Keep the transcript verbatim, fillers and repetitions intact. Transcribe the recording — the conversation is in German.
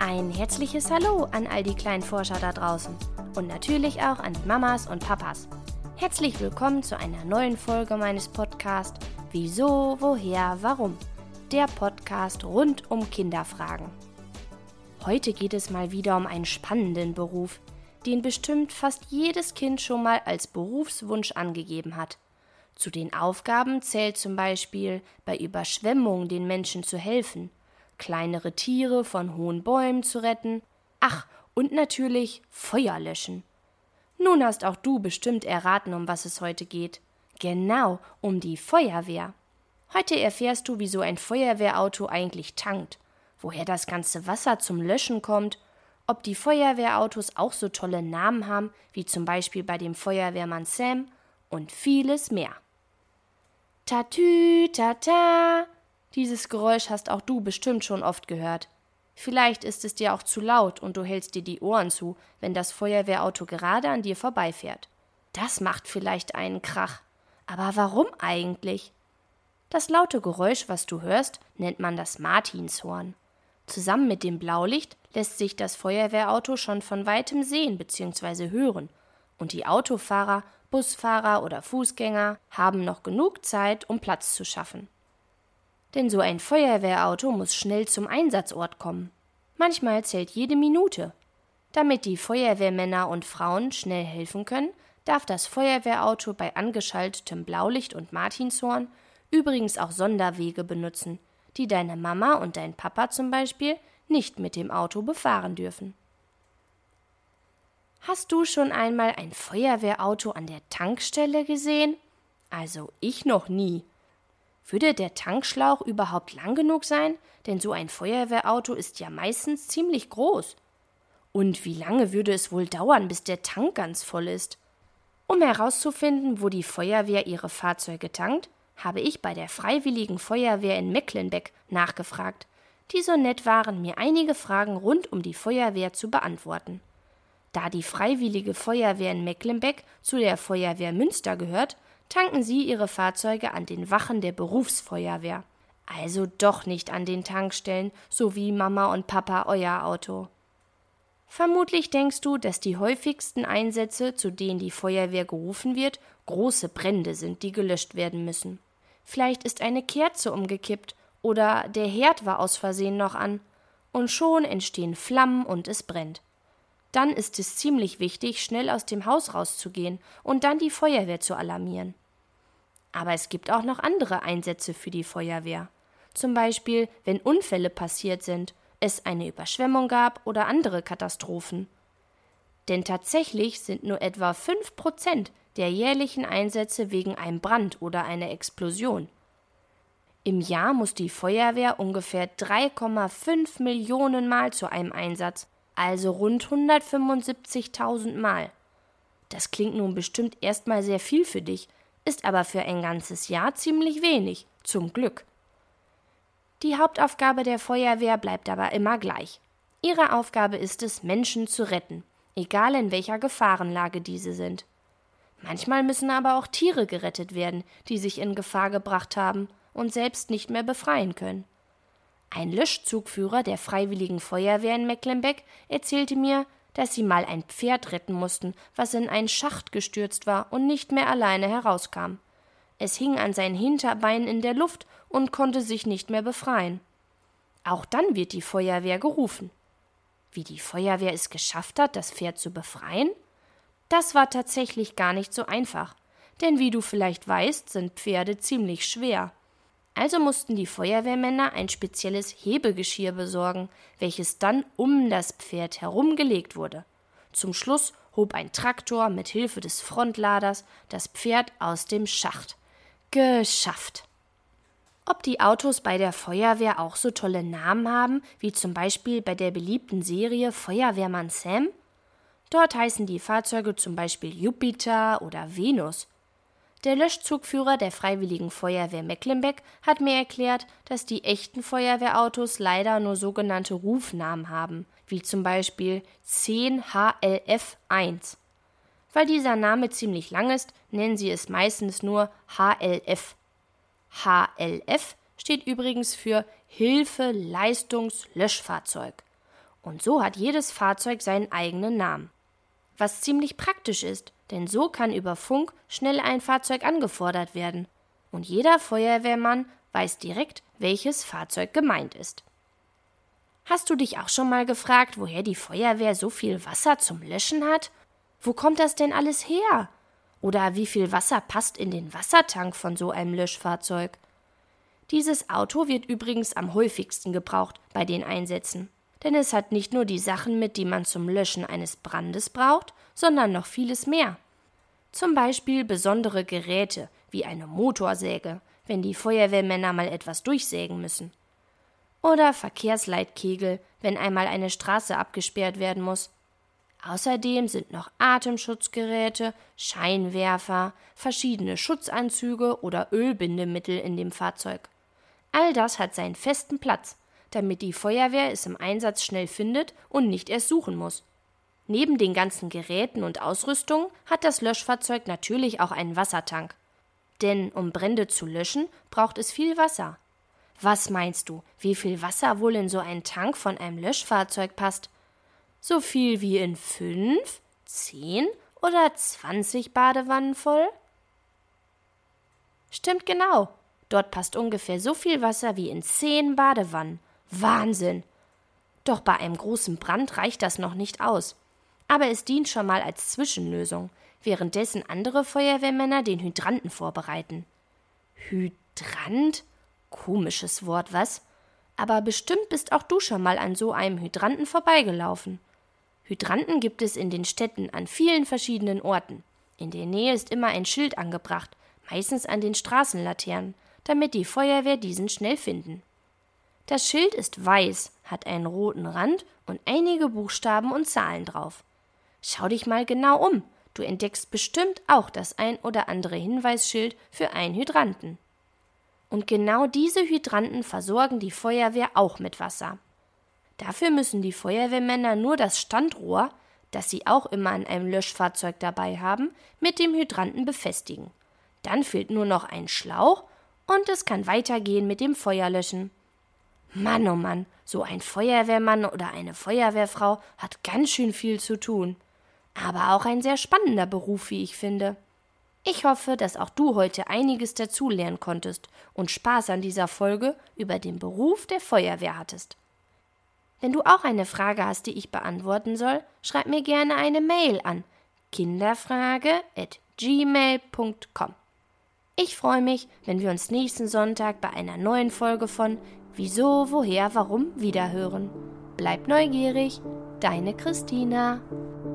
Ein herzliches Hallo an all die kleinen Forscher da draußen und natürlich auch an die Mamas und Papas. Herzlich willkommen zu einer neuen Folge meines Podcasts Wieso, Woher, Warum? Der Podcast rund um Kinderfragen. Heute geht es mal wieder um einen spannenden Beruf, den bestimmt fast jedes Kind schon mal als Berufswunsch angegeben hat. Zu den Aufgaben zählt zum Beispiel, bei Überschwemmungen den Menschen zu helfen, kleinere Tiere von hohen Bäumen zu retten, ach, und natürlich Feuer löschen. Nun hast auch du bestimmt erraten, um was es heute geht. Genau, um die Feuerwehr. Heute erfährst du, wieso ein Feuerwehrauto eigentlich tankt, woher das ganze Wasser zum Löschen kommt, ob die Feuerwehrautos auch so tolle Namen haben, wie zum Beispiel bei dem Feuerwehrmann Sam und vieles mehr. Tatü, tata. Dieses Geräusch hast auch du bestimmt schon oft gehört. Vielleicht ist es dir auch zu laut und du hältst dir die Ohren zu, wenn das Feuerwehrauto gerade an dir vorbeifährt. Das macht vielleicht einen Krach. Aber warum eigentlich? Das laute Geräusch, was du hörst, nennt man das Martinshorn. Zusammen mit dem Blaulicht lässt sich das Feuerwehrauto schon von weitem sehen bzw. hören. Und die Autofahrer, Busfahrer oder Fußgänger haben noch genug Zeit, um Platz zu schaffen. Denn so ein Feuerwehrauto muss schnell zum Einsatzort kommen. Manchmal zählt jede Minute. Damit die Feuerwehrmänner und Frauen schnell helfen können, darf das Feuerwehrauto bei angeschaltetem Blaulicht und Martinshorn übrigens auch Sonderwege benutzen, die deine Mama und dein Papa zum Beispiel nicht mit dem Auto befahren dürfen. Hast du schon einmal ein Feuerwehrauto an der Tankstelle gesehen? Also ich noch nie. Würde der Tankschlauch überhaupt lang genug sein? Denn so ein Feuerwehrauto ist ja meistens ziemlich groß. Und wie lange würde es wohl dauern, bis der Tank ganz voll ist? Um herauszufinden, wo die Feuerwehr ihre Fahrzeuge tankt, habe ich bei der Freiwilligen Feuerwehr in Mecklenbeck nachgefragt, die so nett waren, mir einige Fragen rund um die Feuerwehr zu beantworten. Da die Freiwillige Feuerwehr in Mecklenbeck zu der Feuerwehr Münster gehört, tanken sie ihre Fahrzeuge an den Wachen der Berufsfeuerwehr. Also doch nicht an den Tankstellen, so wie Mama und Papa euer Auto. Vermutlich denkst du, dass die häufigsten Einsätze, zu denen die Feuerwehr gerufen wird, große Brände sind, die gelöscht werden müssen. Vielleicht ist eine Kerze umgekippt oder der Herd war aus Versehen noch an und schon entstehen Flammen und es brennt. Dann ist es ziemlich wichtig, schnell aus dem Haus rauszugehen und dann die Feuerwehr zu alarmieren. Aber es gibt auch noch andere Einsätze für die Feuerwehr. Zum Beispiel, wenn Unfälle passiert sind, es eine Überschwemmung gab oder andere Katastrophen. Denn tatsächlich sind nur etwa fünf Prozent der jährlichen Einsätze wegen einem Brand oder einer Explosion. Im Jahr muss die Feuerwehr ungefähr drei Komma fünf Millionen Mal zu einem Einsatz, also rund hundertfünfundsiebzigtausend Mal. Das klingt nun bestimmt erstmal sehr viel für dich, ist aber für ein ganzes Jahr ziemlich wenig, zum Glück. Die Hauptaufgabe der Feuerwehr bleibt aber immer gleich. Ihre Aufgabe ist es, Menschen zu retten, egal in welcher Gefahrenlage diese sind. Manchmal müssen aber auch Tiere gerettet werden, die sich in Gefahr gebracht haben und selbst nicht mehr befreien können. Ein Löschzugführer der Freiwilligen Feuerwehr in Mecklenbeck erzählte mir, dass sie mal ein Pferd retten mussten, was in einen Schacht gestürzt war und nicht mehr alleine herauskam. Es hing an seinen Hinterbeinen in der Luft und konnte sich nicht mehr befreien. Auch dann wird die Feuerwehr gerufen. Wie die Feuerwehr es geschafft hat, das Pferd zu befreien? Das war tatsächlich gar nicht so einfach, denn wie du vielleicht weißt, sind Pferde ziemlich schwer. Also mussten die Feuerwehrmänner ein spezielles Hebegeschirr besorgen, welches dann um das Pferd herum gelegt wurde. Zum Schluss hob ein Traktor mit Hilfe des Frontladers das Pferd aus dem Schacht. Geschafft! Ob die Autos bei der Feuerwehr auch so tolle Namen haben, wie zum Beispiel bei der beliebten Serie Feuerwehrmann Sam? Dort heißen die Fahrzeuge zum Beispiel Jupiter oder Venus. Der Löschzugführer der Freiwilligen Feuerwehr Mecklenbeck hat mir erklärt, dass die echten Feuerwehrautos leider nur sogenannte Rufnamen haben, wie zum Beispiel zehn H L F eins. Weil dieser Name ziemlich lang ist, nennen sie es meistens nur H L F. H L F steht übrigens für Hilfe-Leistungs-Löschfahrzeug. Und so hat jedes Fahrzeug seinen eigenen Namen. Was ziemlich praktisch ist, denn so kann über Funk schnell ein Fahrzeug angefordert werden. Und jeder Feuerwehrmann weiß direkt, welches Fahrzeug gemeint ist. Hast du dich auch schon mal gefragt, woher die Feuerwehr so viel Wasser zum Löschen hat? Wo kommt das denn alles her? Oder wie viel Wasser passt in den Wassertank von so einem Löschfahrzeug? Dieses Auto wird übrigens am häufigsten gebraucht bei den Einsätzen. Denn es hat nicht nur die Sachen mit, die man zum Löschen eines Brandes braucht, sondern noch vieles mehr. Zum Beispiel besondere Geräte wie eine Motorsäge, wenn die Feuerwehrmänner mal etwas durchsägen müssen. Oder Verkehrsleitkegel, wenn einmal eine Straße abgesperrt werden muss. Außerdem sind noch Atemschutzgeräte, Scheinwerfer, verschiedene Schutzanzüge oder Ölbindemittel in dem Fahrzeug. All das hat seinen festen Platz, damit die Feuerwehr es im Einsatz schnell findet und nicht erst suchen muss. Neben den ganzen Geräten und Ausrüstungen hat das Löschfahrzeug natürlich auch einen Wassertank. Denn um Brände zu löschen, braucht es viel Wasser. Was meinst du, wie viel Wasser wohl in so einen Tank von einem Löschfahrzeug passt? So viel wie in fünf, zehn oder zwanzig Badewannen voll? Stimmt genau. Dort passt ungefähr so viel Wasser wie in zehn Badewannen. Wahnsinn! Doch bei einem großen Brand reicht das noch nicht aus. Aber es dient schon mal als Zwischenlösung, währenddessen andere Feuerwehrmänner den Hydranten vorbereiten. Hydrant? Komisches Wort, was? Aber bestimmt bist auch du schon mal an so einem Hydranten vorbeigelaufen. Hydranten gibt es in den Städten an vielen verschiedenen Orten. In der Nähe ist immer ein Schild angebracht, meistens an den Straßenlaternen, damit die Feuerwehr diesen schnell finden. Das Schild ist weiß, hat einen roten Rand und einige Buchstaben und Zahlen drauf. Schau dich mal genau um, du entdeckst bestimmt auch das ein oder andere Hinweisschild für einen Hydranten. Und genau diese Hydranten versorgen die Feuerwehr auch mit Wasser. Dafür müssen die Feuerwehrmänner nur das Standrohr, das sie auch immer an einem Löschfahrzeug dabei haben, mit dem Hydranten befestigen. Dann fehlt nur noch ein Schlauch und es kann weitergehen mit dem Feuerlöschen. Mann, oh Mann, so ein Feuerwehrmann oder eine Feuerwehrfrau hat ganz schön viel zu tun. Aber auch ein sehr spannender Beruf, wie ich finde. Ich hoffe, dass auch du heute einiges dazulernen konntest und Spaß an dieser Folge über den Beruf der Feuerwehr hattest. Wenn du auch eine Frage hast, die ich beantworten soll, schreib mir gerne eine Mail an kinderfrage at gmail punkt com. Ich freue mich, wenn wir uns nächsten Sonntag bei einer neuen Folge von Wieso, Woher, Warum wiederhören. Bleib neugierig, deine Christina.